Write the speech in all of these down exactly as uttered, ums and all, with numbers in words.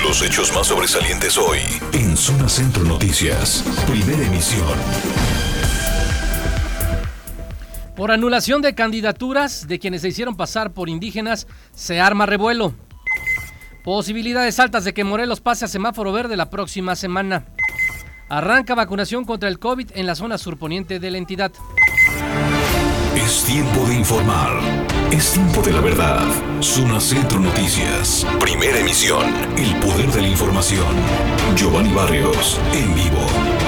Los hechos más sobresalientes hoy en Zona Centro Noticias, primera emisión. Por anulación de candidaturas de quienes se hicieron pasar por indígenas, se arma revuelo. Posibilidades altas de que Morelos pase a semáforo verde la próxima semana. Arranca vacunación contra el COVID en la zona surponiente de la entidad. Es tiempo de informar. Es tiempo de la verdad. Zona Centro Noticias, primera emisión. El poder de la información. Giovanni Barrios, en vivo.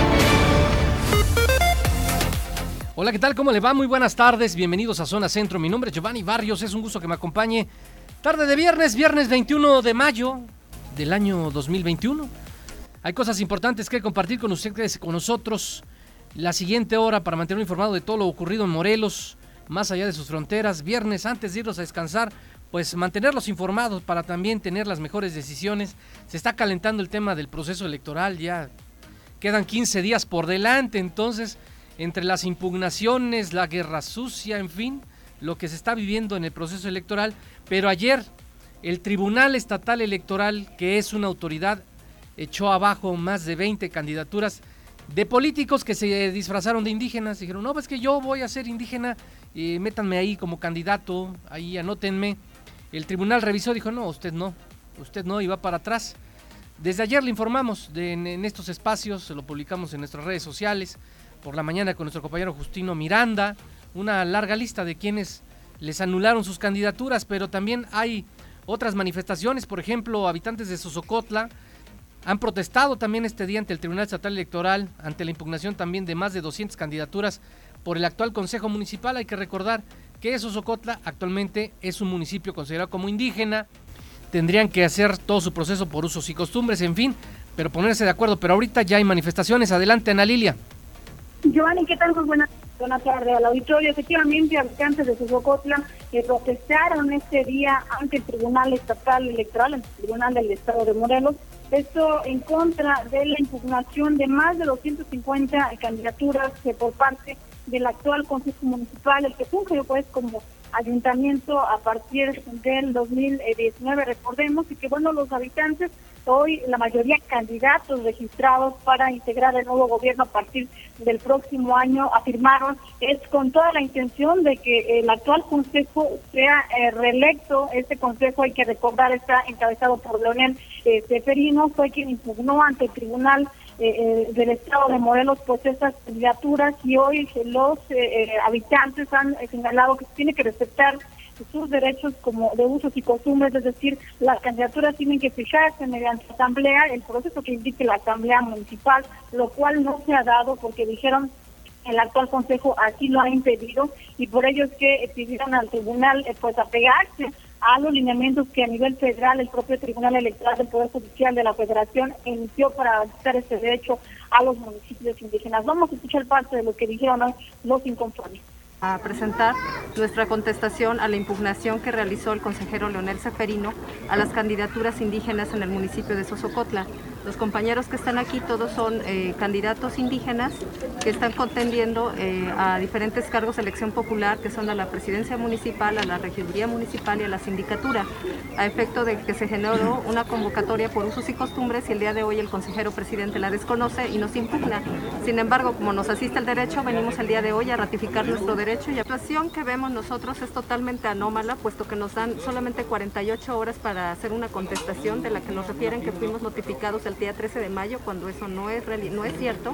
Hola, ¿qué tal? ¿Cómo le va? Muy buenas tardes, bienvenidos a Zona Centro. Mi nombre es Giovanni Barrios, es un gusto que me acompañe. Tarde de viernes, viernes veintiuno de mayo del año dos mil veintiuno. Hay cosas importantes que compartir con ustedes, con nosotros. La siguiente hora para mantenerlo informado de todo lo ocurrido en Morelos, más allá de sus fronteras. Viernes, antes de irnos a descansar, pues mantenerlos informados para también tener las mejores decisiones. Se está calentando el tema del proceso electoral, ya quedan quince días por delante, entonces entre las impugnaciones, la guerra sucia, en fin, lo que se está viviendo en el proceso electoral. Pero ayer el Tribunal Estatal Electoral, que es una autoridad, echó abajo más de veinte candidaturas de políticos que se disfrazaron de indígenas. Dijeron, no, pues que yo voy a ser indígena, eh, métanme ahí como candidato, ahí anótenme. El tribunal revisó, dijo, no, usted no, usted no, y va para atrás. Desde ayer le informamos de, en, en estos espacios, se lo publicamos en nuestras redes sociales, por la mañana con nuestro compañero Justino Miranda, una larga lista de quienes les anularon sus candidaturas, pero también hay otras manifestaciones. Por ejemplo, habitantes de Sosocotla han protestado también este día ante el Tribunal Estatal Electoral, ante la impugnación también de más de doscientas candidaturas por el actual Consejo Municipal. Hay que recordar que Sosocotla actualmente es un municipio considerado como indígena, tendrían que hacer todo su proceso por usos y costumbres, en fin, pero ponerse de acuerdo. Pero ahorita ya hay manifestaciones. Adelante, Ana Lilia. Giovanni, ¿qué tal? Muy buena, buena tarde al auditorio. Efectivamente, habitantes de Sosocotla que protestaron este día ante el Tribunal Estatal Electoral, ante el Tribunal del Estado de Morelos. Esto en contra de la impugnación de más de doscientas cincuenta candidaturas que por parte del actual Consejo Municipal, el que funge pues como ayuntamiento a partir del dos mil diecinueve, recordemos, y que bueno, los habitantes, hoy la mayoría candidatos registrados para integrar el nuevo gobierno a partir del próximo año, afirmaron es con toda la intención de que el actual consejo sea eh, reelecto. Este consejo, hay que recordar, está encabezado por Leonel eh, Ceferino, fue quien impugnó ante el tribunal Eh, eh, del estado de Morelos pues estas candidaturas, y hoy los eh, eh, habitantes han eh, señalado que se tiene que respetar sus derechos como de usos y costumbres, es decir, las candidaturas tienen que fijarse mediante asamblea, el proceso que indique la asamblea municipal, lo cual no se ha dado porque dijeron el actual consejo así lo ha impedido, y por ello es que eh, pidieron al tribunal eh, pues apegarse a los lineamientos que a nivel federal el propio Tribunal Electoral del Poder Judicial de la Federación emitió para garantizar este derecho a los municipios indígenas. Vamos a escuchar parte de lo que dijeron hoy los inconformes. A presentar nuestra contestación a la impugnación que realizó el consejero Leonel Ceferino a las candidaturas indígenas en el municipio de Sosocotla. Los compañeros que están aquí todos son eh, candidatos indígenas que están contendiendo eh, a diferentes cargos de elección popular, que son a la presidencia municipal, a la regiduría municipal y a la sindicatura, a efecto de que se generó una convocatoria por usos y costumbres, y el día de hoy el consejero presidente la desconoce y nos impugna. Sin embargo, como nos asiste el derecho, venimos el día de hoy a ratificar nuestro derecho. Y la situación que vemos nosotros es totalmente anómala, puesto que nos dan solamente cuarenta y ocho horas para hacer una contestación, de la que nos refieren que fuimos notificados el día trece de mayo, cuando eso no es, no es cierto.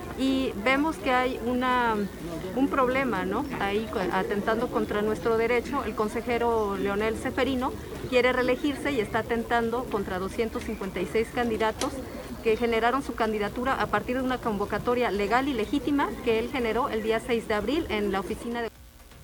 Y vemos que hay una, un problema, ¿no? Ahí atentando contra nuestro derecho. El consejero Leonel Ceferino quiere reelegirse y está atentando contra doscientos cincuenta y seis candidatos que generaron su candidatura a partir de una convocatoria legal y legítima que él generó el día seis de abril en la oficina de...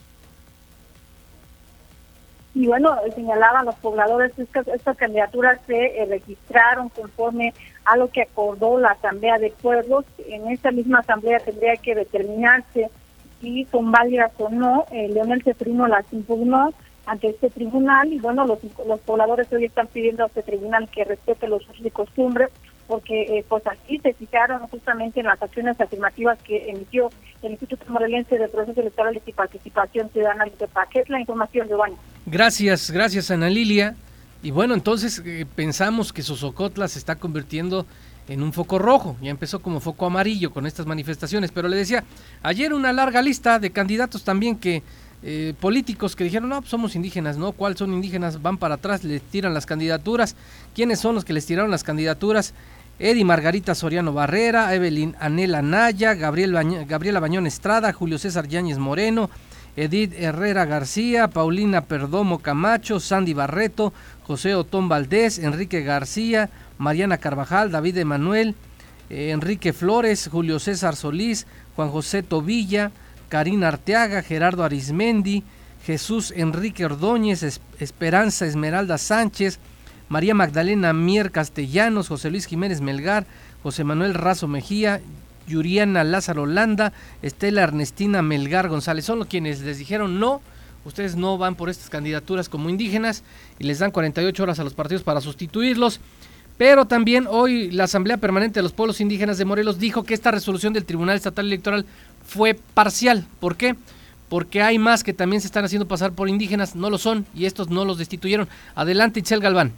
Y bueno, señalaban los pobladores que estas, estas candidaturas se eh, registraron conforme a lo que acordó la Asamblea de Pueblos. En esta misma Asamblea tendría que determinarse si son válidas o no. Eh, Leonel Ceferino las impugnó ante este tribunal, y bueno, los, los pobladores hoy están pidiendo a este tribunal que respete los usos y costumbres, porque eh, pues así se fijaron justamente en las acciones afirmativas que emitió el Instituto Morelense de Procesos Electorales y Participación Ciudadana de Paquet. La información, Giovanni. Gracias, gracias Ana Lilia. Y bueno, entonces eh, pensamos que Xosocotla se está convirtiendo en un foco rojo, ya empezó como foco amarillo con estas manifestaciones, pero le decía, ayer una larga lista de candidatos también que, eh, políticos que dijeron, no, pues somos indígenas, ¿no? ¿Cuáles son indígenas? Van para atrás, les tiran las candidaturas. ¿Quiénes son los que les tiraron las candidaturas? Edi Margarita Soriano Barrera, Evelyn Anela Naya, Gabriel Baño, Gabriela Bañón Estrada, Julio César Yáñez Moreno, Edith Herrera García, Paulina Perdomo Camacho, Sandy Barreto, José Otón Valdés, Enrique García, Mariana Carvajal, David Emanuel, eh, Enrique Flores, Julio César Solís, Juan José Tobilla, Karina Arteaga, Gerardo Arismendi, Jesús Enrique Ordóñez, es, Esperanza Esmeralda Sánchez, María Magdalena Mier Castellanos, José Luis Jiménez Melgar, José Manuel Razo Mejía, Yuriana Lázaro Landa, Estela Ernestina Melgar González. Son los quienes les dijeron no, ustedes no van por estas candidaturas como indígenas y les dan cuarenta y ocho horas a los partidos para sustituirlos. Pero también hoy la Asamblea Permanente de los Pueblos Indígenas de Morelos dijo que esta resolución del Tribunal Estatal Electoral fue parcial. ¿Por qué? Porque hay más que también se están haciendo pasar por indígenas, no lo son, y estos no los destituyeron. Adelante, Itzel Galván.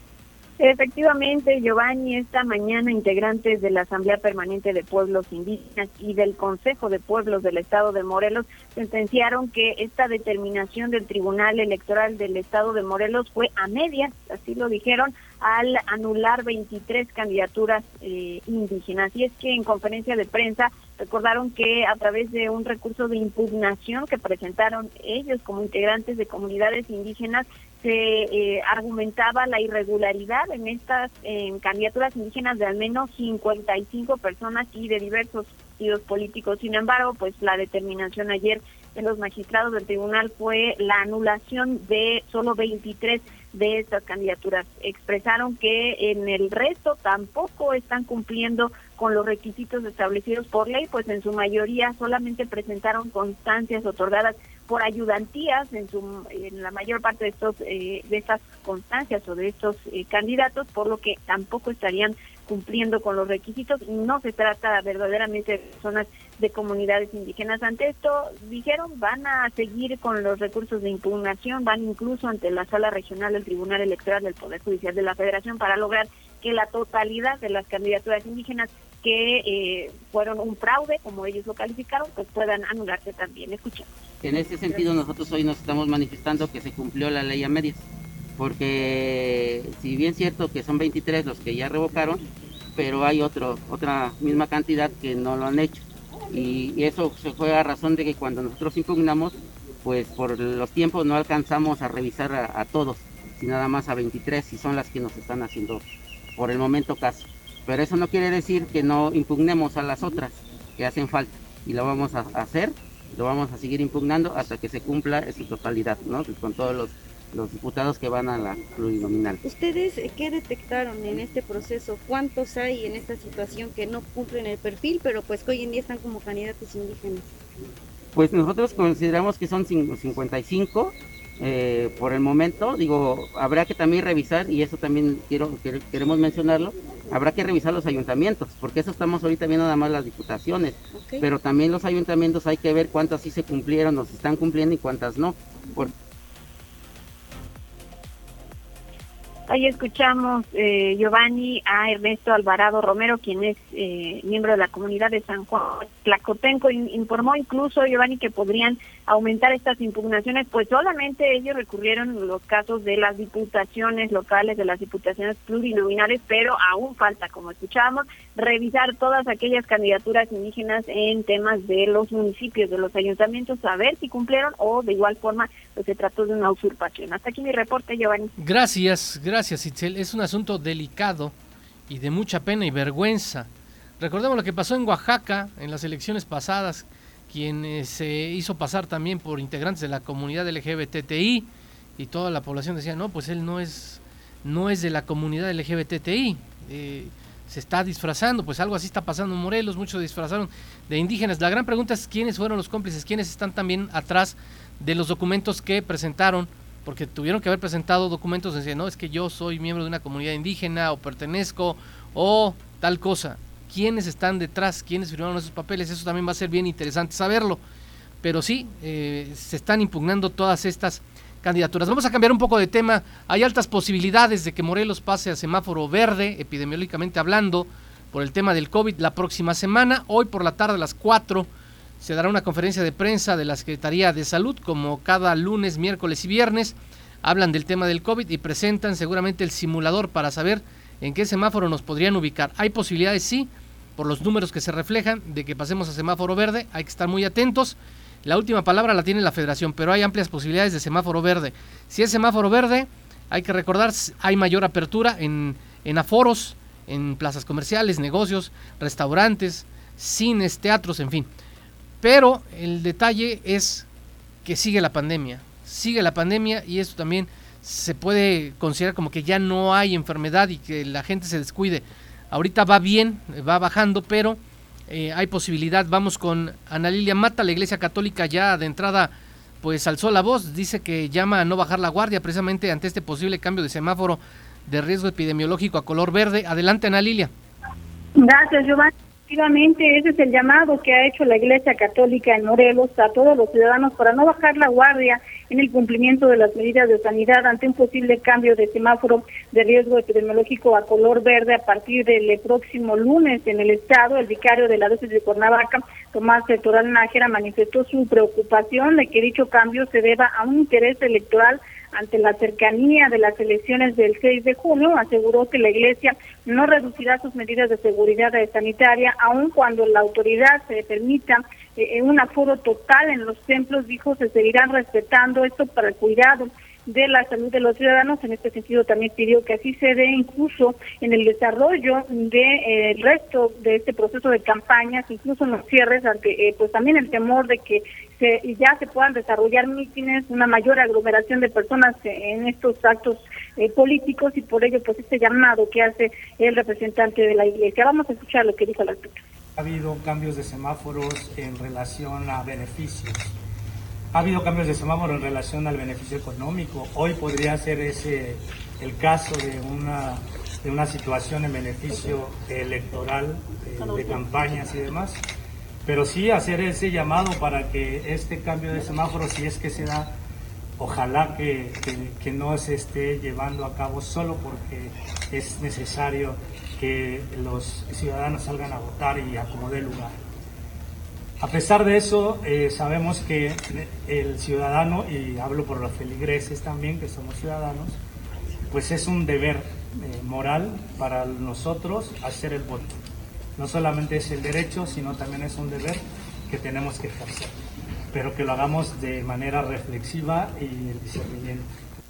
Efectivamente, Giovanni, esta mañana integrantes de la Asamblea Permanente de Pueblos Indígenas y del Consejo de Pueblos del Estado de Morelos sentenciaron que esta determinación del Tribunal Electoral del Estado de Morelos fue a medias, así lo dijeron, al anular veintitrés candidaturas eh, indígenas. Y es que en conferencia de prensa recordaron que a través de un recurso de impugnación que presentaron ellos como integrantes de comunidades indígenas, se eh, argumentaba la irregularidad en estas en candidaturas indígenas de al menos cincuenta y cinco personas y de diversos partidos políticos. Sin embargo, pues la determinación ayer de los magistrados del tribunal fue la anulación de solo veintitrés de estas candidaturas. Expresaron que en el resto tampoco están cumpliendo con los requisitos establecidos por ley, pues en su mayoría solamente presentaron constancias otorgadas por ayudantías en su en la mayor parte de estos eh, de estas constancias o de estos eh, candidatos, por lo que tampoco estarían cumpliendo con los requisitos y no se trata verdaderamente de personas de comunidades indígenas. Ante esto, dijeron, van a seguir con los recursos de impugnación, van incluso ante la Sala Regional del Tribunal Electoral del Poder Judicial de la Federación para lograr que la totalidad de las candidaturas indígenas que eh, fueron un fraude, como ellos lo calificaron, pues puedan anularse también. Escuchemos. En ese sentido, nosotros hoy nos estamos manifestando que se cumplió la ley a medias, porque si bien es cierto que son veintitrés los que ya revocaron, pero hay otro otra misma cantidad que no lo han hecho. Y, y eso se fue a razón de que cuando nosotros impugnamos, pues por los tiempos no alcanzamos a revisar a, a todos, sino nada más a veintitrés, y son las que nos están haciendo por el momento caso. Pero eso no quiere decir que no impugnemos a las otras que hacen falta, y lo vamos a hacer, lo vamos a seguir impugnando hasta que se cumpla en su totalidad, ¿no? Con todos los, los diputados que van a la plurinominal. ¿Ustedes qué detectaron en este proceso? ¿Cuántos hay en esta situación que no cumplen el perfil, pero pues que hoy en día están como candidatos indígenas? Pues nosotros consideramos que son cincuenta y cinco. Eh, por el momento, digo, habrá que también revisar, y eso también quiero queremos mencionarlo, habrá que revisar los ayuntamientos, porque eso estamos ahorita viendo nada más las diputaciones, okay. Pero también los ayuntamientos hay que ver cuántas sí se cumplieron o se están cumpliendo y cuántas no. Por... Ahí escuchamos, eh, Giovanni, a Ernesto Alvarado Romero, quien es eh, miembro de la comunidad de San Juan Tlacotenco. Informó incluso, Giovanni, que podrían aumentar estas impugnaciones, pues solamente ellos recurrieron los casos de las diputaciones locales, de las diputaciones plurinominales, pero aún falta, como escuchábamos, revisar todas aquellas candidaturas indígenas en temas de los municipios, de los ayuntamientos, a ver si cumplieron o de igual forma pues se trató de una usurpación. Hasta aquí mi reporte, Giovanni. Gracias, gracias, Itzel. Es un asunto delicado y de mucha pena y vergüenza. Recordemos lo que pasó en Oaxaca en las elecciones pasadas, quien eh, se hizo pasar también por integrantes de la comunidad L G B T I, y toda la población decía, no, pues él no es no es de la comunidad L G B T I, eh, se está disfrazando. Pues algo así está pasando en Morelos, muchos disfrazaron de indígenas. La gran pregunta es quiénes fueron los cómplices, quiénes están también atrás de los documentos que presentaron, porque tuvieron que haber presentado documentos donde decían, no, es que yo soy miembro de una comunidad indígena, o pertenezco, o tal cosa. ¿Quiénes están detrás? ¿Quiénes firmaron esos papeles? Eso también va a ser bien interesante saberlo. Pero sí, eh, se están impugnando todas estas candidaturas. Vamos a cambiar un poco de tema. Hay altas posibilidades de que Morelos pase a semáforo verde, epidemiológicamente hablando, por el tema del COVID la próxima semana. Hoy por la tarde a las cuatro se dará una conferencia de prensa de la Secretaría de Salud, como cada lunes, miércoles y viernes. Hablan del tema del COVID y presentan seguramente el simulador para saber en qué semáforo nos podrían ubicar. Hay posibilidades, sí, por los números que se reflejan, de que pasemos a semáforo verde. Hay que estar muy atentos. La última palabra la tiene la Federación, pero hay amplias posibilidades de semáforo verde. Si es semáforo verde, hay que recordar, hay mayor apertura en, en aforos, en plazas comerciales, negocios, restaurantes, cines, teatros, en fin. Pero el detalle es que sigue la pandemia, sigue la pandemia y esto también se puede considerar como que ya no hay enfermedad y que la gente se descuide. Ahorita va bien, va bajando, pero eh, hay posibilidad. Vamos con Ana Lilia Mata. La Iglesia Católica ya de entrada pues alzó la voz, dice que llama a no bajar la guardia precisamente ante este posible cambio de semáforo de riesgo epidemiológico a color verde. Adelante, Ana Lilia. Gracias, Giovanni. Efectivamente, ese es el llamado que ha hecho la Iglesia Católica en Morelos a todos los ciudadanos para no bajar la guardia en el cumplimiento de las medidas de sanidad ante un posible cambio de semáforo de riesgo epidemiológico a color verde a partir del próximo lunes en el estado. El vicario de la diócesis de Cuernavaca, Tomás Toral Nájera, manifestó su preocupación de que dicho cambio se deba a un interés electoral ante la cercanía de las elecciones del seis de junio. Aseguró que la Iglesia no reducirá sus medidas de seguridad sanitaria, aun cuando la autoridad se permita eh, un aforo total en los templos. Dijo, se seguirán respetando esto para el cuidado de la salud de los ciudadanos. En este sentido también pidió que así se dé incluso en el desarrollo del de, eh, resto de este proceso de campañas, incluso en los cierres, ante eh, pues también el temor de que se, ya se puedan desarrollar mítines, una mayor aglomeración de personas en estos actos eh, políticos, y por ello pues este llamado que hace el representante de la Iglesia. Vamos a escuchar lo que dijo al respecto. Ha habido cambios de semáforos en relación a beneficios. Ha habido cambios de semáforo en relación al beneficio económico. Hoy podría ser ese el caso de una de una situación en beneficio electoral, de, de campañas y demás. Pero sí hacer ese llamado para que este cambio de semáforo, si es que se da, ojalá que, que, que no se esté llevando a cabo solo porque es necesario que los ciudadanos salgan a votar y acomode lugar. A pesar de eso, eh, sabemos que el ciudadano, y hablo por los feligreses también, que somos ciudadanos, pues es un deber eh, moral para nosotros hacer el voto. No solamente es el derecho, sino también es un deber que tenemos que ejercer, pero que lo hagamos de manera reflexiva y el discernimiento.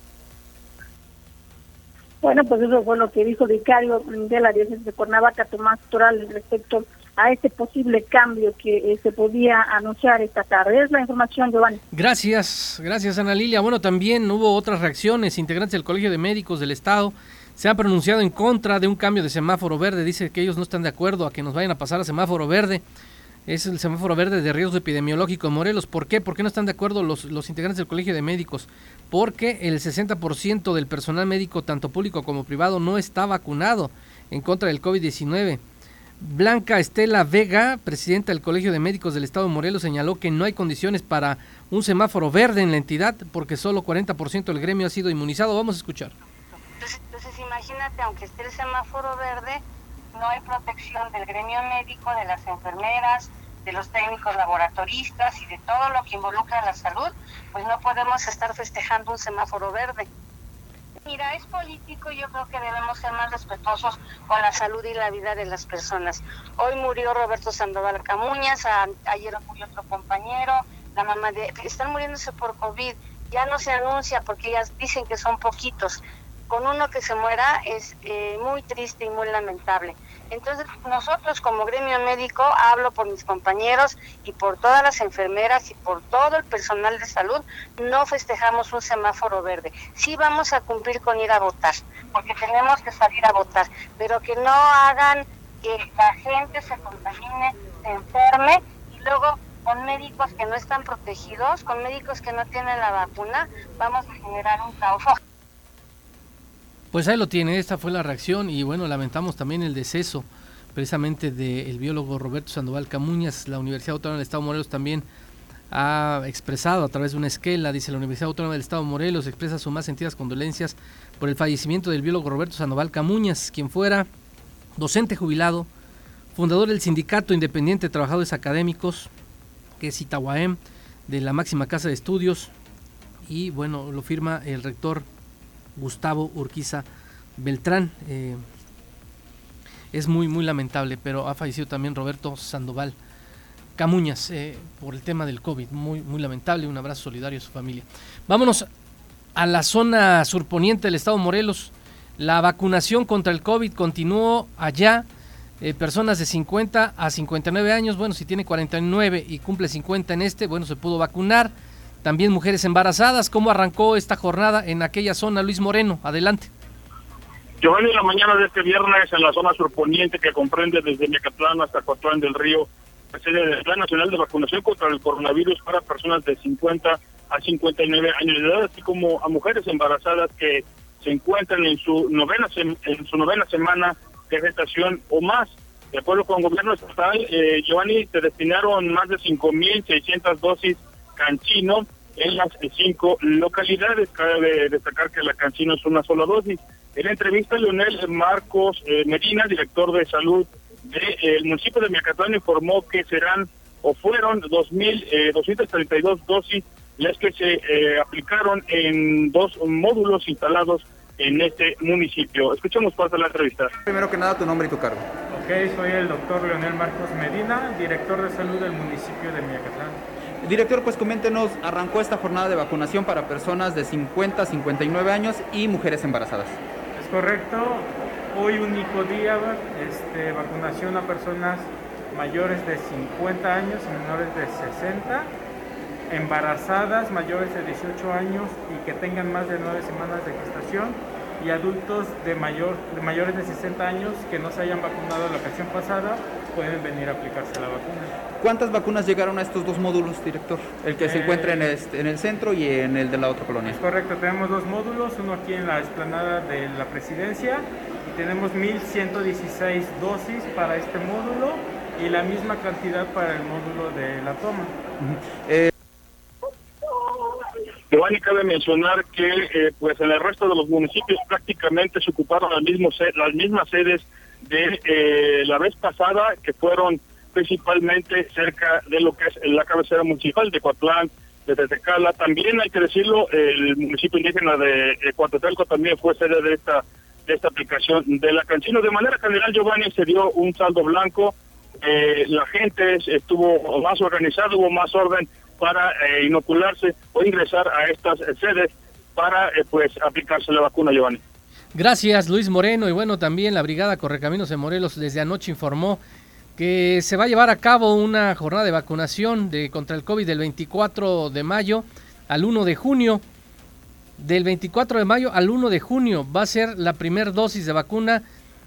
Bueno, pues eso fue lo que dijo el vicario de la diócesis de Cuernavaca, Tomás Toral, respecto a este posible cambio que eh, se podía anunciar esta tarde. Es la información, Giovanni. Gracias, gracias Ana Lilia. Bueno, también hubo otras reacciones. Integrantes del Colegio de Médicos del Estado se han pronunciado en contra de un cambio de semáforo verde. Dice que ellos no están de acuerdo a que nos vayan a pasar a semáforo verde. Es el semáforo verde de riesgo epidemiológico en Morelos. ¿Por qué? ¿Por qué no están de acuerdo los, los integrantes del Colegio de Médicos? Porque el sesenta por ciento del personal médico, tanto público como privado, no está vacunado en contra del COVID diecinueve. Blanca Estela Vega, presidenta del Colegio de Médicos del Estado de Morelos, señaló que no hay condiciones para un semáforo verde en la entidad porque solo cuarenta por ciento del gremio ha sido inmunizado. Vamos a escuchar. Entonces, entonces imagínate, aunque esté el semáforo verde, no hay protección del gremio médico, de las enfermeras, de los técnicos laboratoristas y de todo lo que involucra la salud, pues no podemos estar festejando un semáforo verde. Mira, es político, yo creo que debemos ser más respetuosos con la salud y la vida de las personas. Hoy murió Roberto Sandoval Camuñas, a, ayer murió otro compañero, la mamá de... Están muriéndose por COVID, ya no se anuncia porque ellas dicen que son poquitos. Con uno que se muera es eh, muy triste y muy lamentable. Entonces nosotros como gremio médico, hablo por mis compañeros y por todas las enfermeras y por todo el personal de salud, no festejamos un semáforo verde. Sí vamos a cumplir con ir a votar, porque tenemos que salir a votar, pero que no hagan que la gente se contamine, se enferme y luego con médicos que no están protegidos, con médicos que no tienen la vacuna, vamos a generar un caos. Pues ahí lo tiene, esta fue la reacción y bueno, lamentamos también el deceso precisamente del biólogo Roberto Sandoval Camuñas. La Universidad Autónoma del Estado de Morelos también ha expresado a través de una esquela, dice: la Universidad Autónoma del Estado de Morelos expresa sus más sentidas condolencias por el fallecimiento del biólogo Roberto Sandoval Camuñas, quien fuera docente jubilado, fundador del Sindicato Independiente de Trabajadores Académicos, que es Itahuaem, de la máxima casa de estudios, y bueno, lo firma el rector Gustavo Urquiza Beltrán. Eh, es muy, muy lamentable, pero ha fallecido también Roberto Sandoval Camuñas eh, por el tema del COVID. Muy, muy lamentable. Un abrazo solidario a su familia. Vámonos a la zona surponiente del estado de Morelos. La vacunación contra el COVID continuó allá. Eh, personas de cincuenta a cincuenta y nueve años, bueno, si tiene cuarenta y nueve y cumple cincuenta en este, bueno, se pudo vacunar. También mujeres embarazadas. ¿Cómo arrancó esta jornada en aquella zona? Luis Moreno, adelante. Giovanni, en la mañana de este viernes, en la zona surponiente que comprende desde Miacatlán hasta Coatlán del Río, la sede del Plan Nacional de Vacunación contra el Coronavirus para personas de cincuenta a cincuenta y nueve años de edad, así como a mujeres embarazadas que se encuentran en su novena en su novena semana de gestación o más. De acuerdo con el gobierno estatal, eh, Giovanni, se destinaron más de cinco mil seiscientas dosis Cancino en las cinco localidades. Cabe destacar que la Cancino es una sola dosis. En la entrevista, Leonel Marcos eh, Medina, director de salud del de, municipio de Miacatlán, informó que serán o fueron dos mil doscientas treinta y dos dosis las que se eh, aplicaron en dos módulos instalados en este municipio. Escuchemos parte de la entrevista. Primero que nada, tu nombre y tu cargo. Ok, soy el doctor Leonel Marcos Medina, director de salud del municipio de Miacatlán. Director, pues coméntenos, arrancó esta jornada de vacunación para personas de cincuenta a cincuenta y nueve años y mujeres embarazadas. Es correcto, hoy único día, este, vacunación a personas mayores de cincuenta años y menores de sesenta, embarazadas mayores de dieciocho años y que tengan más de nueve semanas de gestación, y adultos de, mayor, de mayores de sesenta años que no se hayan vacunado la ocasión pasada pueden venir a aplicarse la vacuna. ¿Cuántas vacunas llegaron a estos dos módulos, director? El que eh, se encuentra en, este, en el centro y en el de la otra colonia. Es correcto, tenemos dos módulos, uno aquí en la explanada de la Presidencia, y tenemos mil ciento dieciséis dosis para este módulo y la misma cantidad para el módulo de la toma. Uh-huh. eh, Giovanni, cabe mencionar que eh, pues en el resto de los municipios prácticamente se ocuparon las, mismos, las mismas sedes de eh, la vez pasada, que fueron principalmente cerca de lo que es la cabecera municipal de Coatlán, de Tetecala. También hay que decirlo, el municipio indígena de Coatelco también fue sede de esta de esta aplicación de la Cancino. De manera general, Giovanni, se dio un saldo blanco. Eh, la gente estuvo más organizada, hubo más orden para eh, inocularse o ingresar a estas eh, sedes para eh, pues aplicarse la vacuna, Giovanni. Gracias, Luis Moreno. Y bueno, también la Brigada Correcaminos de Morelos desde anoche informó que se va a llevar a cabo una jornada de vacunación de contra el COVID del veinticuatro de mayo al uno de junio. Del veinticuatro de mayo al uno de junio va a ser la primera dosis de vacuna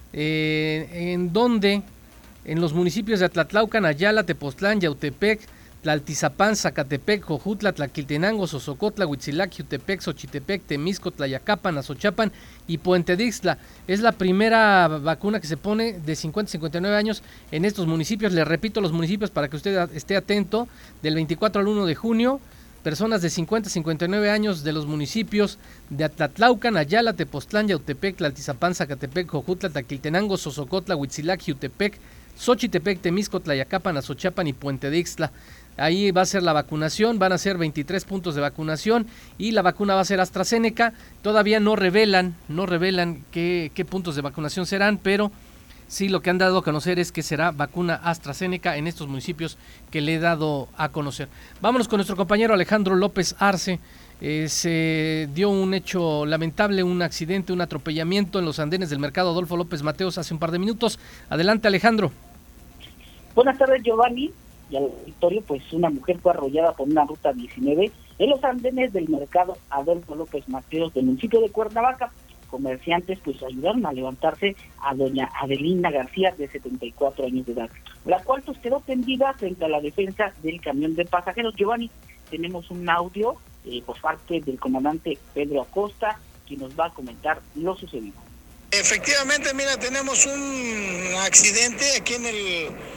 eh, en donde en los municipios de Atlatlaucan, Ayala, Tepoztlán, Yautepec, Tlaltizapán, Zacatepec, Jojutla, Tlaquiltenango, Sosocotla, Huitzilac, Jutepec, Xochitepec, Temisco, Tlayacapan, Azochapan y Puente de Ixtla. Es la primera vacuna que se pone de cincuenta a cincuenta y nueve años en estos municipios. Le repito los municipios para que usted esté atento. Del veinticuatro al uno de junio, personas de cincuenta a cincuenta y nueve años de los municipios de Atlatlaucan, Ayala, Tepoztlán, Yautepec, Tlaltizapán, Zacatepec, Jojutla, Tlaquiltenango, Sosocotla, Huitzilac, Jutepec, Xochitepec, Temisco, Tlayacapan, Azochapan y Puente de Ixtla. Ahí va a ser la vacunación, van a ser veintitrés puntos de vacunación y la vacuna va a ser AstraZeneca. Todavía no revelan, no revelan qué, qué puntos de vacunación serán, pero sí lo que han dado a conocer es que será vacuna AstraZeneca en estos municipios que le he dado a conocer. Vámonos con nuestro compañero Alejandro López Arce. Eh, se dio un hecho lamentable, un accidente, un atropellamiento en los andenes del mercado Adolfo López Mateos hace un par de minutos. Adelante, Alejandro. Buenas tardes, Giovanni. Y al auditorio, pues una mujer fue arrollada por una ruta diecinueve en los andenes del mercado Adolfo López Mateos del municipio de Cuernavaca. Comerciantes pues ayudaron a levantarse a doña Adelina García, de setenta y cuatro años de edad, la cual pues quedó tendida frente a la defensa del camión de pasajeros. Giovanni, tenemos un audio eh, por parte del comandante Pedro Acosta, quien nos va a comentar lo sucedido. Efectivamente, mira, tenemos un accidente aquí en el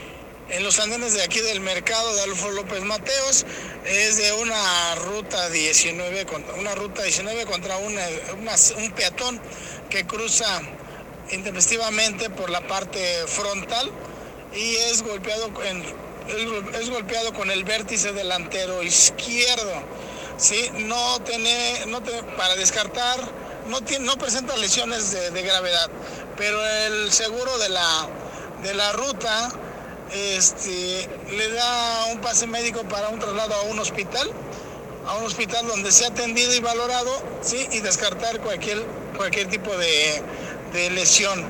en los andenes de aquí del mercado de Adolfo López Mateos. Es de una ruta diecinueve, una ruta diecinueve contra una, una, un peatón que cruza intempestivamente por la parte frontal y es golpeado, en, es, es golpeado con el vértice delantero izquierdo. Sí, no tiene, no te, para descartar, no, tiene, no presenta lesiones de, de gravedad, pero el seguro de la, de la ruta este, le da un pase médico para un traslado a un hospital, a un hospital donde sea atendido y valorado, sí, y descartar cualquier, cualquier tipo de, de lesión.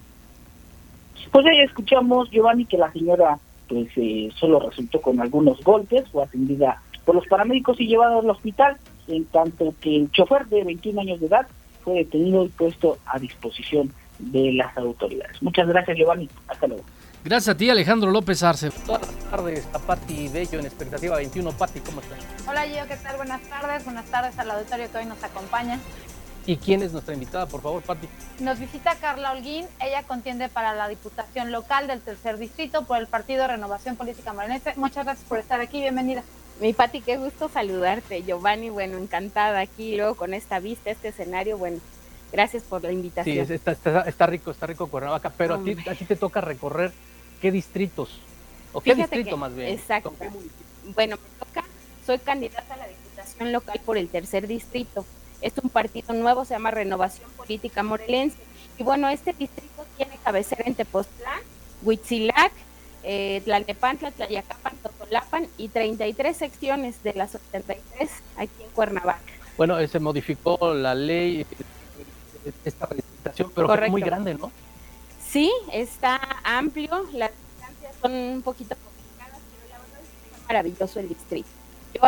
Pues ahí escuchamos, Giovanni, que la señora pues eh, solo resultó con algunos golpes, fue atendida por los paramédicos y llevado al hospital, en tanto que el chofer de veintiún años de edad fue detenido y puesto a disposición de las autoridades. Muchas gracias, Giovanni. Hasta luego. Gracias a ti, Alejandro López Arce. Todas las tardes a Pati Bello en Expectativa veintiuno. Pati, ¿cómo estás? Hola, Gio, ¿qué tal? Buenas tardes. Buenas tardes al auditorio que hoy nos acompaña. ¿Y quién es nuestra invitada, por favor, Pati? Nos visita Carla Holguín. Ella contiende para la Diputación Local del Tercer Distrito por el Partido Renovación Política Morelense. Muchas gracias por estar aquí. Bienvenida. Mi Pati, qué gusto saludarte. Giovanni, bueno, encantada aquí, luego con esta vista, este escenario, bueno, gracias por la invitación. Sí, está, está, está rico, está rico Cuernavaca, pero a ti, a ti te toca recorrer ¿qué distritos? ¿O qué Fíjate distrito que, más bien? Exacto. Bueno, me toca, soy candidata a la Diputación Local por el Tercer Distrito. Es un partido nuevo, se llama Renovación Política Morelense. Y bueno, este distrito tiene cabecera en Tepoztlán, Huitzilac, eh, Tlalnepantla, Tlayacapan, Totolapan y treinta y tres secciones de las setenta y tres aquí en Cuernavaca. Bueno, se modificó la ley, esta registración, pero es muy grande, ¿no? Sí, está amplio, las distancias son un poquito complicadas, pero la verdad es que está maravilloso el distrito. Yo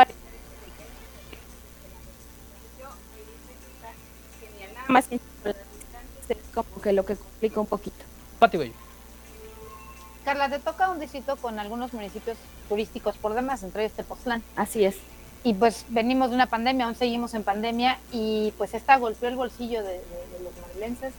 nada más que las distancias es como que lo que complica un poquito. Pati Bello. Carla, te toca un distrito con algunos municipios turísticos por demás, entre ellos Tepoztlán. Así es. Y pues venimos de una pandemia, aún seguimos en pandemia, y pues esta golpeó el bolsillo de, de, de los morelenses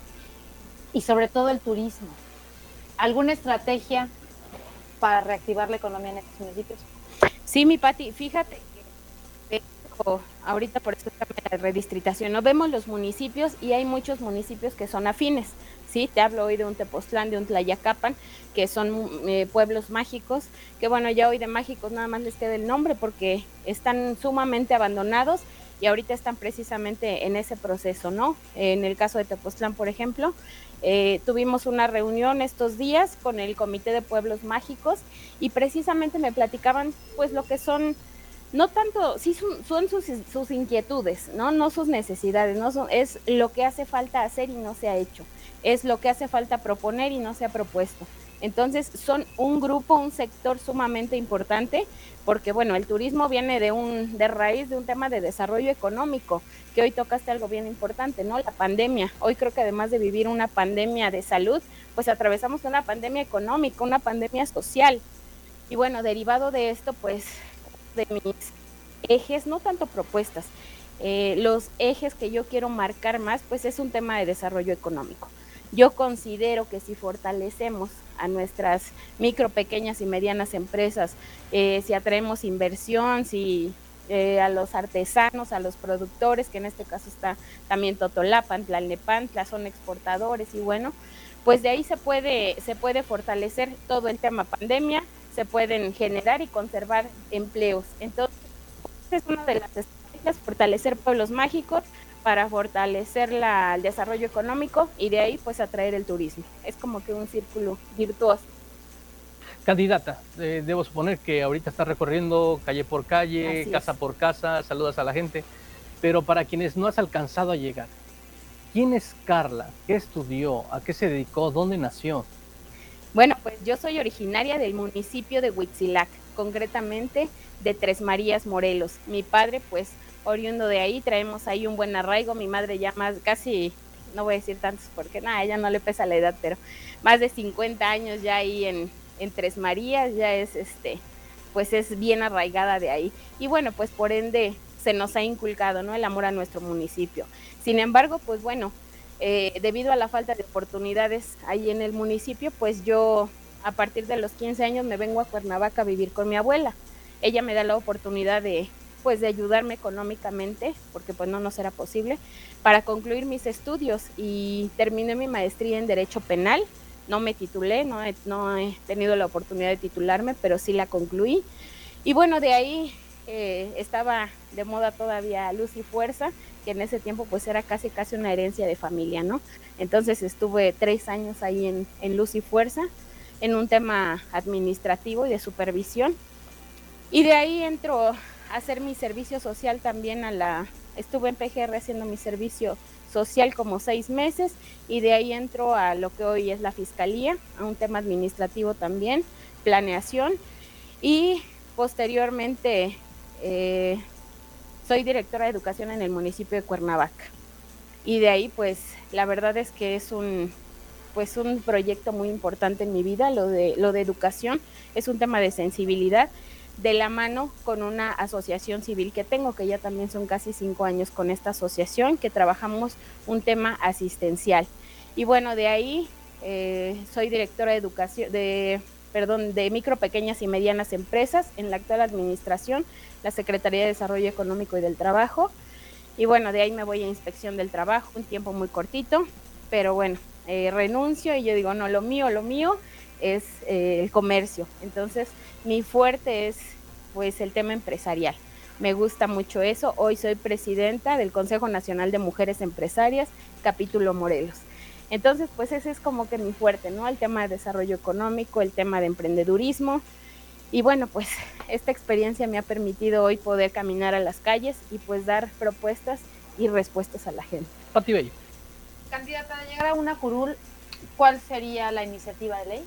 y sobre todo el turismo. ¿Alguna estrategia para reactivar la economía en estos municipios? Sí, mi Pati, fíjate que ahorita por eso la redistritación, no vemos los municipios y hay muchos municipios que son afines, ¿sí? Te hablo hoy de un Tepoztlán, de un Tlayacapan, que son eh, pueblos mágicos, que bueno, ya hoy de mágicos nada más les queda el nombre porque están sumamente abandonados y ahorita están precisamente en ese proceso, ¿no? En el caso de Tepoztlán, por ejemplo, eh, tuvimos una reunión estos días con el Comité de Pueblos Mágicos y precisamente me platicaban pues lo que son, no tanto, sí son, son sus, sus inquietudes, ¿no? No sus necesidades, no son, es lo que hace falta hacer y no se ha hecho, es lo que hace falta proponer y no se ha propuesto. Entonces son un grupo, un sector sumamente importante, porque bueno, el turismo viene de un de raíz de un tema de desarrollo económico, que hoy tocaste algo bien importante, ¿no? La pandemia. Hoy creo que además de vivir una pandemia de salud, pues atravesamos una pandemia económica, una pandemia social. Y bueno, derivado de esto, pues de mis ejes, no tanto propuestas, eh, los ejes que yo quiero marcar más, pues es un tema de desarrollo económico. Yo considero que si fortalecemos a nuestras micro, pequeñas y medianas empresas, eh, si atraemos inversión, si eh, a los artesanos, a los productores, que en este caso está también Totolapan, Tlalnepantla, son exportadores y bueno, pues de ahí se puede, se puede fortalecer todo el tema pandemia, se pueden generar y conservar empleos. Entonces, es una de las estrategias, fortalecer pueblos mágicos, para fortalecer la, el desarrollo económico y de ahí pues atraer el turismo. Es como que un círculo virtuoso. Candidata, eh, debo suponer que ahorita está recorriendo calle por calle, Así casa es. por casa, saludas a la gente, pero para quienes no has alcanzado a llegar, ¿quién es Carla? ¿Qué estudió? ¿A qué se dedicó? ¿Dónde nació? Bueno, pues yo soy originaria del municipio de Huitzilac, concretamente de Tres Marías, Morelos. Mi padre pues oriundo de ahí, traemos ahí un buen arraigo, mi madre ya más, casi, no voy a decir tantos porque nada, ella no le pesa la edad, pero más de cincuenta años ya ahí en, en Tres Marías, ya es este, pues es bien arraigada de ahí, y bueno, pues por ende se nos ha inculcado, ¿no?, el amor a nuestro municipio. Sin embargo, pues bueno, eh, debido a la falta de oportunidades ahí en el municipio, pues yo a partir de los quince años me vengo a Cuernavaca a vivir con mi abuela. Ella me da la oportunidad de, pues, de ayudarme económicamente, porque pues no nos era posible, para concluir mis estudios, y terminé mi maestría en Derecho Penal. No me titulé, no he, no he tenido la oportunidad de titularme, pero sí la concluí. Y bueno, de ahí eh, estaba de moda todavía Luz y Fuerza, que en ese tiempo pues era casi casi una herencia de familia, ¿no? Entonces estuve tres años ahí en, en Luz y Fuerza, en un tema administrativo y de supervisión. Y de ahí entro a hacer mi servicio social también a la... Estuve en P G R haciendo mi servicio social como seis meses, y de ahí entro a lo que hoy es la Fiscalía, a un tema administrativo también, planeación, y posteriormente eh, soy directora de educación en el municipio de Cuernavaca. Y de ahí pues la verdad es que es un, pues, un proyecto muy importante en mi vida. Lo de, lo de educación es un tema de sensibilidad, de la mano con una asociación civil que tengo, que ya también son casi cinco años con esta asociación, que trabajamos un tema asistencial. Y bueno, de ahí eh, soy directora de educación, de, perdón, de micro, pequeñas y medianas empresas en la actual administración, la Secretaría de Desarrollo Económico y del Trabajo. Y bueno, de ahí me voy a Inspección del Trabajo, un tiempo muy cortito, pero bueno, eh, renuncio y yo digo, no, lo mío, lo mío es eh, el comercio. Entonces, mi fuerte es pues el tema empresarial. Me gusta mucho eso. Hoy soy presidenta del Consejo Nacional de Mujeres Empresarias, capítulo Morelos. Entonces, pues ese es como que mi fuerte, ¿no? El tema de desarrollo económico, el tema de emprendedurismo. Y bueno, pues esta experiencia me ha permitido hoy poder caminar a las calles y pues dar propuestas y respuestas a la gente. Pati Bello. Candidata, de llegar a una curul, ¿cuál sería la iniciativa de ley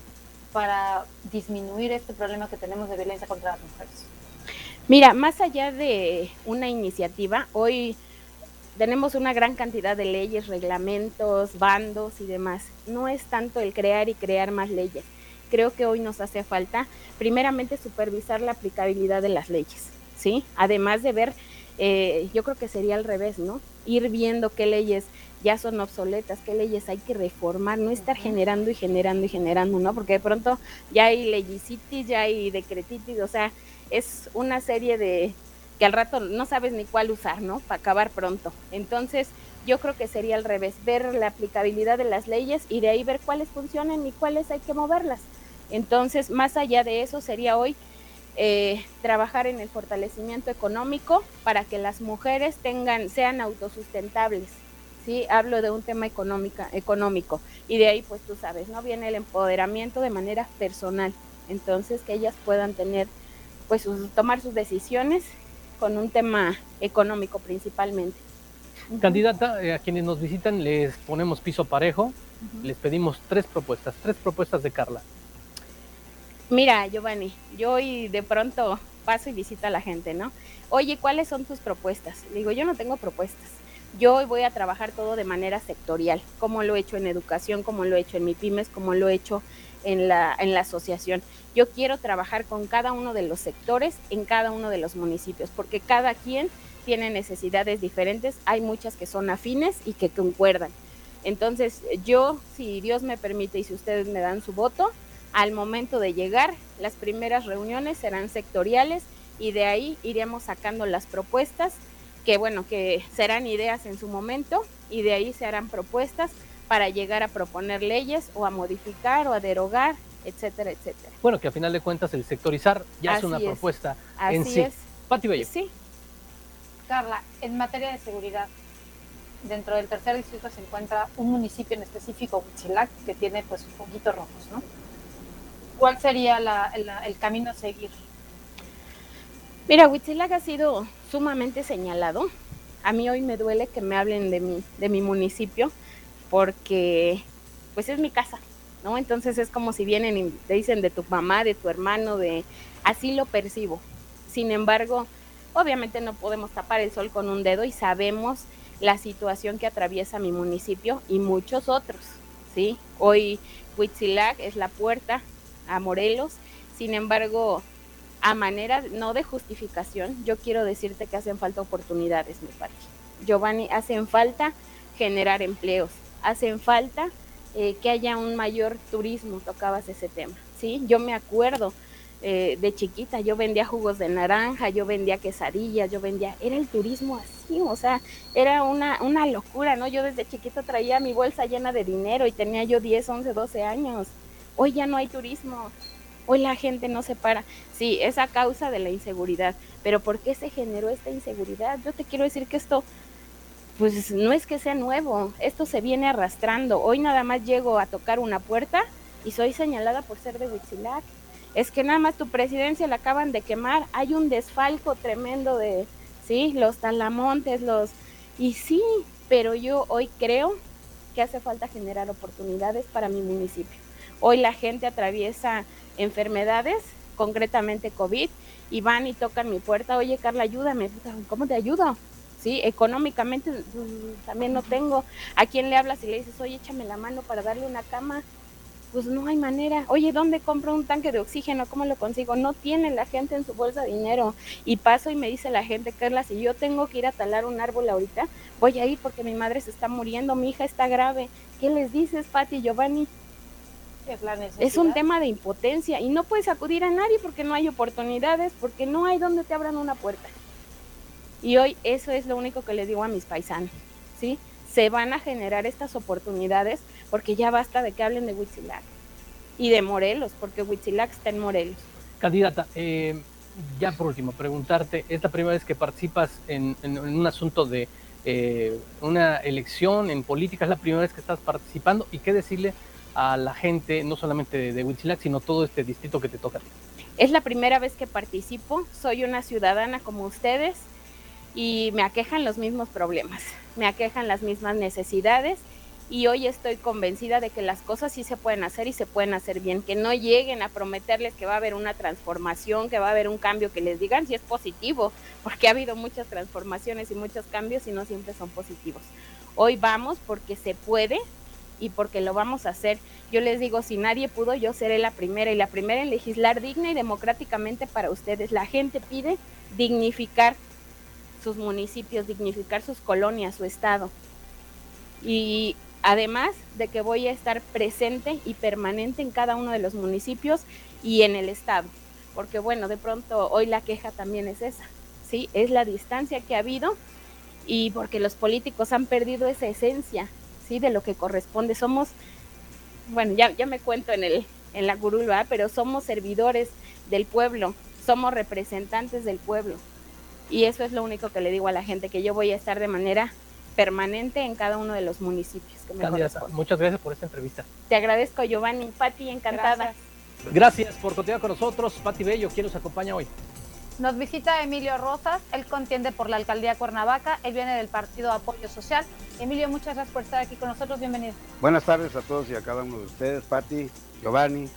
para disminuir este problema que tenemos de violencia contra las mujeres? Mira, más allá de una iniciativa, hoy tenemos una gran cantidad de leyes, reglamentos, bandos y demás. No es tanto el crear y crear más leyes. Creo que hoy nos hace falta, primeramente, supervisar la aplicabilidad de las leyes, ¿sí? Además de ver, eh, yo creo que sería al revés, ¿no? Ir viendo qué leyes ya son obsoletas, qué leyes hay que reformar, no estar generando y generando y generando, ¿no? Porque de pronto ya hay leyicitis, ya hay decretitis, o sea, es una serie de que al rato no sabes ni cuál usar, ¿no? Para acabar pronto. Entonces, yo creo que sería al revés, ver la aplicabilidad de las leyes y de ahí ver cuáles funcionan y cuáles hay que moverlas. Entonces, más allá de eso, sería hoy eh, trabajar en el fortalecimiento económico para que las mujeres tengan, sean autosustentables. Sí, hablo de un tema económica, económico, y de ahí pues tú sabes, ¿no? Viene el empoderamiento de manera personal, entonces que ellas puedan tener, pues sus, tomar sus decisiones con un tema económico principalmente. Candidata, eh, a quienes nos visitan les ponemos piso parejo, uh-huh. Les pedimos tres propuestas, tres propuestas de Carla. Mira, Giovanni, yo hoy de pronto paso y visito a la gente, ¿no? Oye, ¿cuáles son tus propuestas? Digo, yo no tengo propuestas. Yo hoy voy a trabajar todo de manera sectorial, como lo he hecho en educación, como lo he hecho en mi pymes, como lo he hecho en la, en la asociación. Yo quiero trabajar con cada uno de los sectores en cada uno de los municipios, porque cada quien tiene necesidades diferentes, hay muchas que son afines y que concuerdan. Entonces yo, si Dios me permite y si ustedes me dan su voto, al momento de llegar, las primeras reuniones serán sectoriales y de ahí iremos sacando las propuestas que bueno, que serán ideas en su momento y de ahí se harán propuestas para llegar a proponer leyes o a modificar o a derogar, etcétera, etcétera. Bueno, que a final de cuentas el sectorizar ya Así es una es. propuesta Así en sí. Es. Pati Bello. Sí. Carla, en materia de seguridad, dentro del tercer distrito se encuentra un municipio en específico, Huitzilac, que tiene pues foquitos rojos, ¿no? ¿Cuál sería la, la, el camino a seguir? Mira, Huitzilac ha sido sumamente señalado. A mí hoy me duele que me hablen de mi, de mi municipio porque pues es mi casa, ¿no? Entonces es como si vienen y te dicen de tu mamá, de tu hermano, de así lo percibo. Sin embargo, obviamente no podemos tapar el sol con un dedo y sabemos la situación que atraviesa mi municipio y muchos otros, ¿sí? Hoy Huitzilac es la puerta a Morelos, sin embargo, a manera, no de justificación, yo quiero decirte que hacen falta oportunidades, mi Pati. Giovanni, hacen falta generar empleos, hacen falta eh, que haya un mayor turismo, tocabas ese tema, ¿sí? Yo me acuerdo eh, de chiquita, yo vendía jugos de naranja, yo vendía quesadillas, yo vendía, era el turismo así, o sea, era una, una locura, ¿no? Yo desde chiquito traía mi bolsa llena de dinero y tenía yo diez, once, doce años. Hoy ya no hay turismo, hoy la gente no se para. Sí, es a causa de la inseguridad, pero ¿por qué se generó esta inseguridad? Yo te quiero decir que esto, pues no es que sea nuevo, esto se viene arrastrando. Hoy nada más llego a tocar una puerta y soy señalada por ser de Huitzilac. Es que nada más tu presidencia la acaban de quemar, hay un desfalco tremendo de, sí, los talamontes, los... Y sí, pero yo hoy creo que hace falta generar oportunidades para mi municipio. Hoy la gente atraviesa enfermedades, concretamente COVID, y van y tocan mi puerta, oye Carla, ayúdame, ¿cómo te ayudo? Sí, económicamente mmm, también no tengo. ¿A quién le hablas y le dices, oye, échame la mano para darle una cama? Pues no hay manera. Oye, ¿dónde compro un tanque de oxígeno? ¿Cómo lo consigo? No tiene la gente en su bolsa dinero. Y paso y me dice la gente, Carla, si yo tengo que ir a talar un árbol ahorita, voy a ir porque mi madre se está muriendo, mi hija está grave. ¿Qué les dices, Pati y Giovanni? Es, la es un tema de impotencia y no puedes acudir a nadie porque no hay oportunidades, porque no hay donde te abran una puerta. Y hoy eso es lo único que les digo a mis paisanos, ¿sí? Se van a generar estas oportunidades porque ya basta de que hablen de Huitzilac y de Morelos, porque Huitzilac está en Morelos. Candidata, eh, ya por último, preguntarte, ¿es la primera vez que participas en, en, en un asunto de eh, una elección en política? ¿Es la primera vez que estás participando? ¿Y qué decirle a la gente, no solamente de, de Huitzilac, sino todo este distrito que te toca a ti? Es la primera vez que participo, soy una ciudadana como ustedes y me aquejan los mismos problemas, me aquejan las mismas necesidades y hoy estoy convencida de que las cosas sí se pueden hacer y se pueden hacer bien, que no lleguen a prometerles que va a haber una transformación, que va a haber un cambio, que les digan si es positivo, porque ha habido muchas transformaciones y muchos cambios y no siempre son positivos. Hoy vamos porque se puede y porque lo vamos a hacer. Yo les digo, si nadie pudo, yo seré la primera, y la primera en legislar digna y democráticamente para ustedes. La gente pide dignificar sus municipios, dignificar sus colonias, su estado. Y además de que voy a estar presente y permanente en cada uno de los municipios y en el estado. Porque bueno, de pronto hoy la queja también es esa, ¿sí? Es la distancia que ha habido y porque los políticos han perdido esa esencia, ¿sí? De lo que corresponde. Somos, bueno, ya, ya me cuento en, el, en la curul, ¿verdad? Pero somos servidores del pueblo, somos representantes del pueblo. Y eso es lo único que le digo a la gente, que yo voy a estar de manera permanente en cada uno de los municipios que me Candidata, corresponde. muchas gracias por esta entrevista. Te agradezco, Giovanni. Pati, encantada. Gracias. Gracias por continuar con nosotros. Pati Bello, ¿quién nos acompaña hoy? Nos visita Emilio Rosas, él contiende por la alcaldía de Cuernavaca, él viene del partido Apoyo Social. Emilio, muchas gracias por estar aquí con nosotros, bienvenido. Buenas tardes a todos y a cada uno de ustedes, Pati, Giovanni,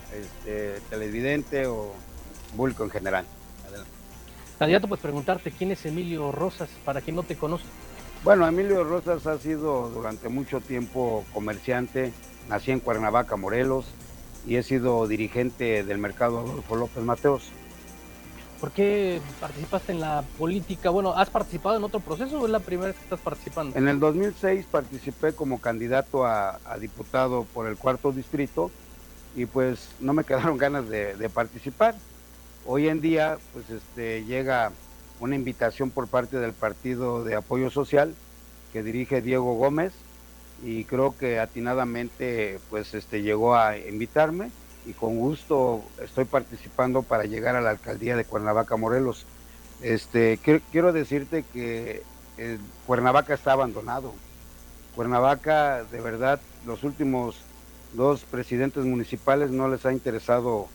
este, televidente o público en general. Adelante. Candidato, pues preguntarte, ¿quién es Emilio Rosas, para quien no te conoce? Bueno, Emilio Rosas ha sido durante mucho tiempo comerciante, nací en Cuernavaca, Morelos, y he sido dirigente del mercado Adolfo López Mateos. ¿Por qué participaste en la política? Bueno, ¿has participado en otro proceso o es la primera vez que estás participando? En el dos mil seis participé como candidato a, a diputado por el cuarto distrito y pues no me quedaron ganas de, de participar. Hoy en día pues este, llega una invitación por parte del Partido de Apoyo Social que dirige Diego Gómez y creo que atinadamente pues este, llegó a invitarme y con gusto estoy participando para llegar a la alcaldía de Cuernavaca, Morelos. Este, qu- quiero decirte que eh, Cuernavaca está abandonado. Cuernavaca, de verdad, los últimos dos presidentes municipales no les ha interesado,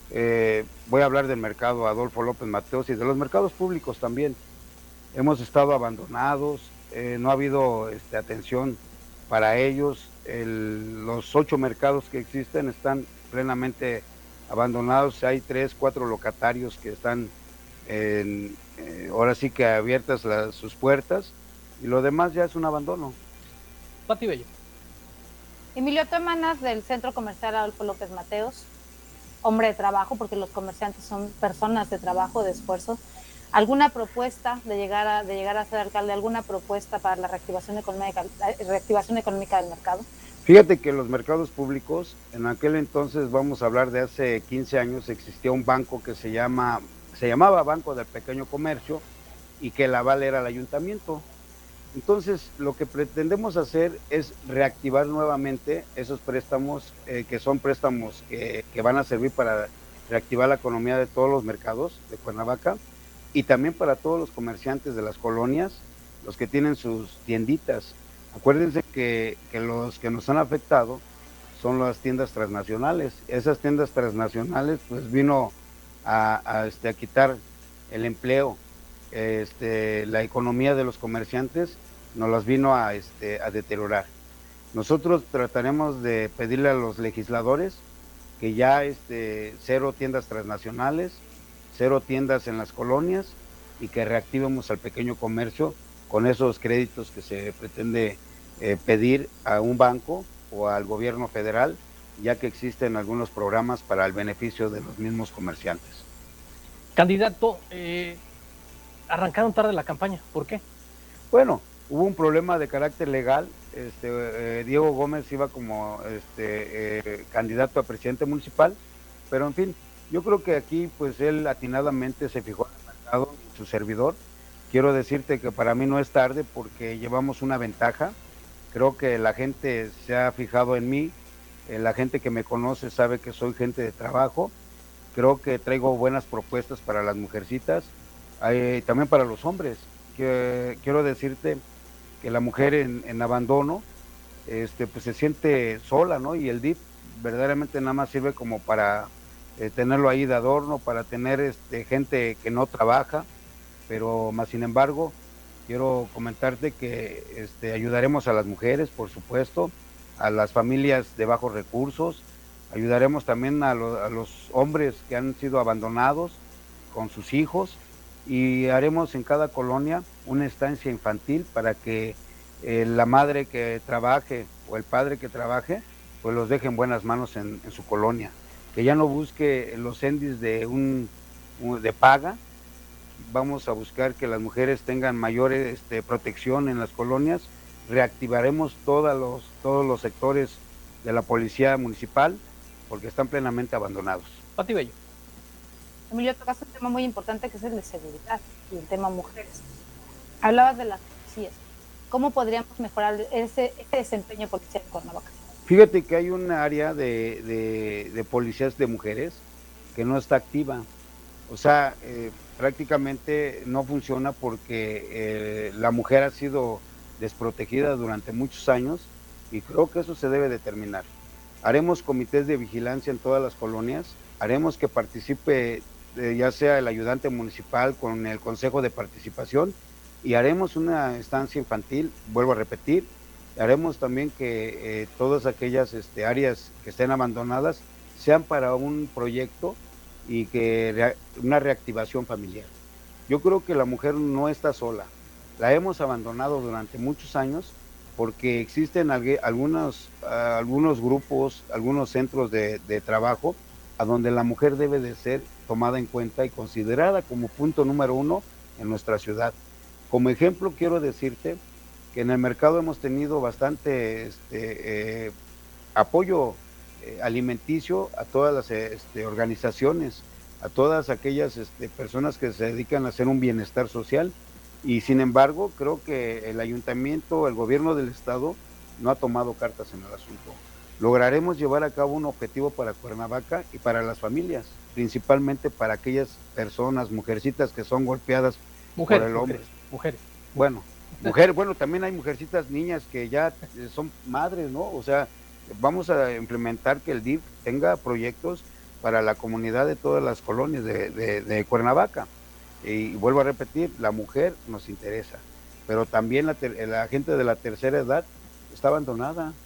eh, voy a hablar del mercado Adolfo López Mateos y de los mercados públicos también. Hemos estado abandonados, eh, no ha habido este, atención para ellos. El, los ocho mercados que existen están plenamente abandonados, hay tres, cuatro locatarios que están en, eh, ahora sí que abiertas las, sus puertas y lo demás ya es un abandono. Pati Bello. Emilio, tú emanas del Centro Comercial Adolfo López Mateos, hombre de trabajo, porque los comerciantes son personas de trabajo, de esfuerzo. ¿Alguna propuesta de llegar a, de llegar a ser alcalde, alguna propuesta para la reactivación económica, reactivación económica del mercado? Fíjate que los mercados públicos, en aquel entonces, vamos a hablar de hace quince años, existía un banco que se llama, se llamaba Banco del Pequeño Comercio y que el aval era el ayuntamiento. Entonces, lo que pretendemos hacer es reactivar nuevamente esos préstamos, eh, que son préstamos que, que van a servir para reactivar la economía de todos los mercados de Cuernavaca y también para todos los comerciantes de las colonias, los que tienen sus tienditas. Acuérdense que, que los que nos han afectado son las tiendas transnacionales. Esas tiendas transnacionales pues vino a, a, este, a quitar el empleo, este, la economía de los comerciantes nos las vino a, este, a deteriorar. Nosotros trataremos de pedirle a los legisladores que ya este, cero tiendas transnacionales, cero tiendas en las colonias y que reactivemos al pequeño comercio con esos créditos que se pretende eh, pedir a un banco o al gobierno federal, ya que existen algunos programas para el beneficio de los mismos comerciantes. Candidato, eh, arrancaron tarde la campaña, ¿por qué? Bueno, hubo un problema de carácter legal. Este, eh, Diego Gómez iba como este, eh, candidato a presidente municipal, pero en fin, yo creo que aquí pues él atinadamente se fijó en el mercado, su servidor. Quiero decirte que para mí no es tarde porque llevamos una ventaja. Creo que la gente se ha fijado en mí, eh, la gente que me conoce sabe que soy gente de trabajo. Creo que traigo buenas propuestas para las mujercitas, eh, también para los hombres. Que, quiero decirte que la mujer en, en abandono este, pues se siente sola, ¿no? Y el D I F verdaderamente nada más sirve como para eh, tenerlo ahí de adorno, para tener este, gente que no trabaja. Pero más sin embargo, quiero comentarte que este, ayudaremos a las mujeres, por supuesto, a las familias de bajos recursos, ayudaremos también a, lo, a los hombres que han sido abandonados con sus hijos y haremos en cada colonia una estancia infantil para que eh, la madre que trabaje o el padre que trabaje, pues los deje en buenas manos en, en su colonia, que ya no busque los endis de, un, de paga. Vamos a buscar que las mujeres tengan mayor este, protección en las colonias, reactivaremos todos los, todos los sectores de la policía municipal porque están plenamente abandonados. Pati Bello. Emilio, tocaste un tema muy importante que es el de seguridad y el tema mujeres. Hablabas de las policías. ¿Cómo podríamos mejorar ese, ese desempeño policial en Cuernavaca? Fíjate que hay un área de, de, de policías de mujeres que no está activa. O sea, eh, prácticamente no funciona porque eh, la mujer ha sido desprotegida durante muchos años y creo que eso se debe de terminar. Haremos comités de vigilancia en todas las colonias, haremos que participe eh, ya sea el ayudante municipal con el consejo de participación y haremos una estancia infantil, vuelvo a repetir, haremos también que eh, todas aquellas este, áreas que estén abandonadas sean para un proyecto y que rea, una reactivación familiar. Yo creo que la mujer no está sola, la hemos abandonado durante muchos años porque existen algunos, uh, algunos grupos, algunos centros de, de trabajo a donde la mujer debe de ser tomada en cuenta y considerada como punto número uno en nuestra ciudad. Como ejemplo quiero decirte que en el mercado hemos tenido bastante este, eh, apoyo alimenticio a todas las este, organizaciones, a todas aquellas este, personas que se dedican a hacer un bienestar social y sin embargo creo que el ayuntamiento, el gobierno del estado no ha tomado cartas en el asunto. Lograremos llevar a cabo un objetivo para Cuernavaca y para las familias, principalmente para aquellas personas, mujercitas que son golpeadas mujeres, por el hombre. Mujeres, mujeres. Bueno, mujeres, bueno, también hay mujercitas niñas que ya son madres, ¿no? O sea, vamos a implementar que el D I F tenga proyectos para la comunidad de todas las colonias de, de, de Cuernavaca. Y vuelvo a repetir, la mujer nos interesa, pero también la, la gente de la tercera edad está abandonada.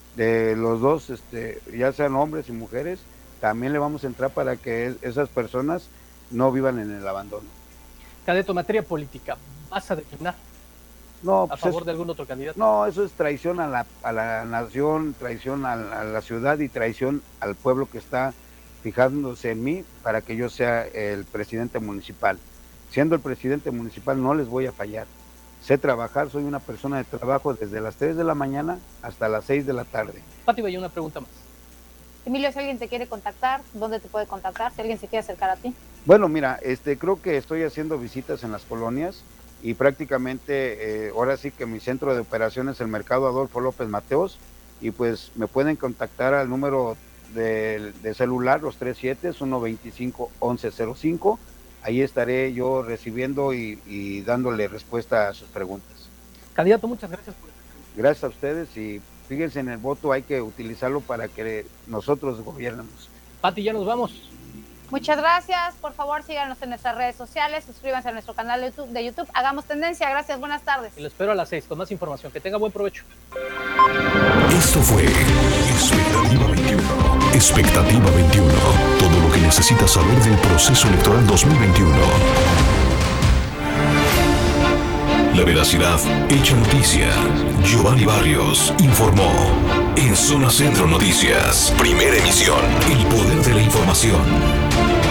De los dos, este, ya sean hombres y mujeres, también le vamos a entrar para que esas personas no vivan en el abandono. Candidato, materia política, ¿vas a declinar? No, ¿A pues favor es, de algún otro candidato? No, eso es traición a la, a la nación, traición a, a la ciudad y traición al pueblo que está fijándose en mí para que yo sea el presidente municipal. Siendo el presidente municipal no les voy a fallar. sé trabajar, soy una persona de trabajo desde las tres de la mañana hasta las seis de la tarde. Pati, vaya una pregunta más. Emilio, si alguien te quiere contactar, ¿dónde te puede contactar? Si alguien se quiere acercar a ti. Bueno, mira, este, creo que estoy haciendo visitas en las colonias y prácticamente eh, ahora sí que mi centro de operaciones es el Mercado Adolfo López Mateos, y pues me pueden contactar al número de, de celular, los tres siete, uno veinticinco, once cero cinco. Ahí estaré yo recibiendo y, y dándole respuesta a sus preguntas. Candidato, muchas gracias por el... Gracias a ustedes, y fíjense, en el voto hay que utilizarlo para que nosotros gobiernemos. Pati, ya nos vamos. Muchas gracias, por favor síganos en nuestras redes sociales, suscríbanse a nuestro canal de YouTube, de YouTube. Hagamos Tendencia. Gracias, buenas tardes. Y lo espero a las seis con más información. Que tenga buen provecho. Esto fue Expectativa veintiuno. Expectativa veintiuno. Todo lo que necesitas saber del proceso electoral dos mil veintiuno. La veracidad hecha noticia. Giovanni Barrios informó. En Zona Centro Noticias, primera emisión, el poder de la información.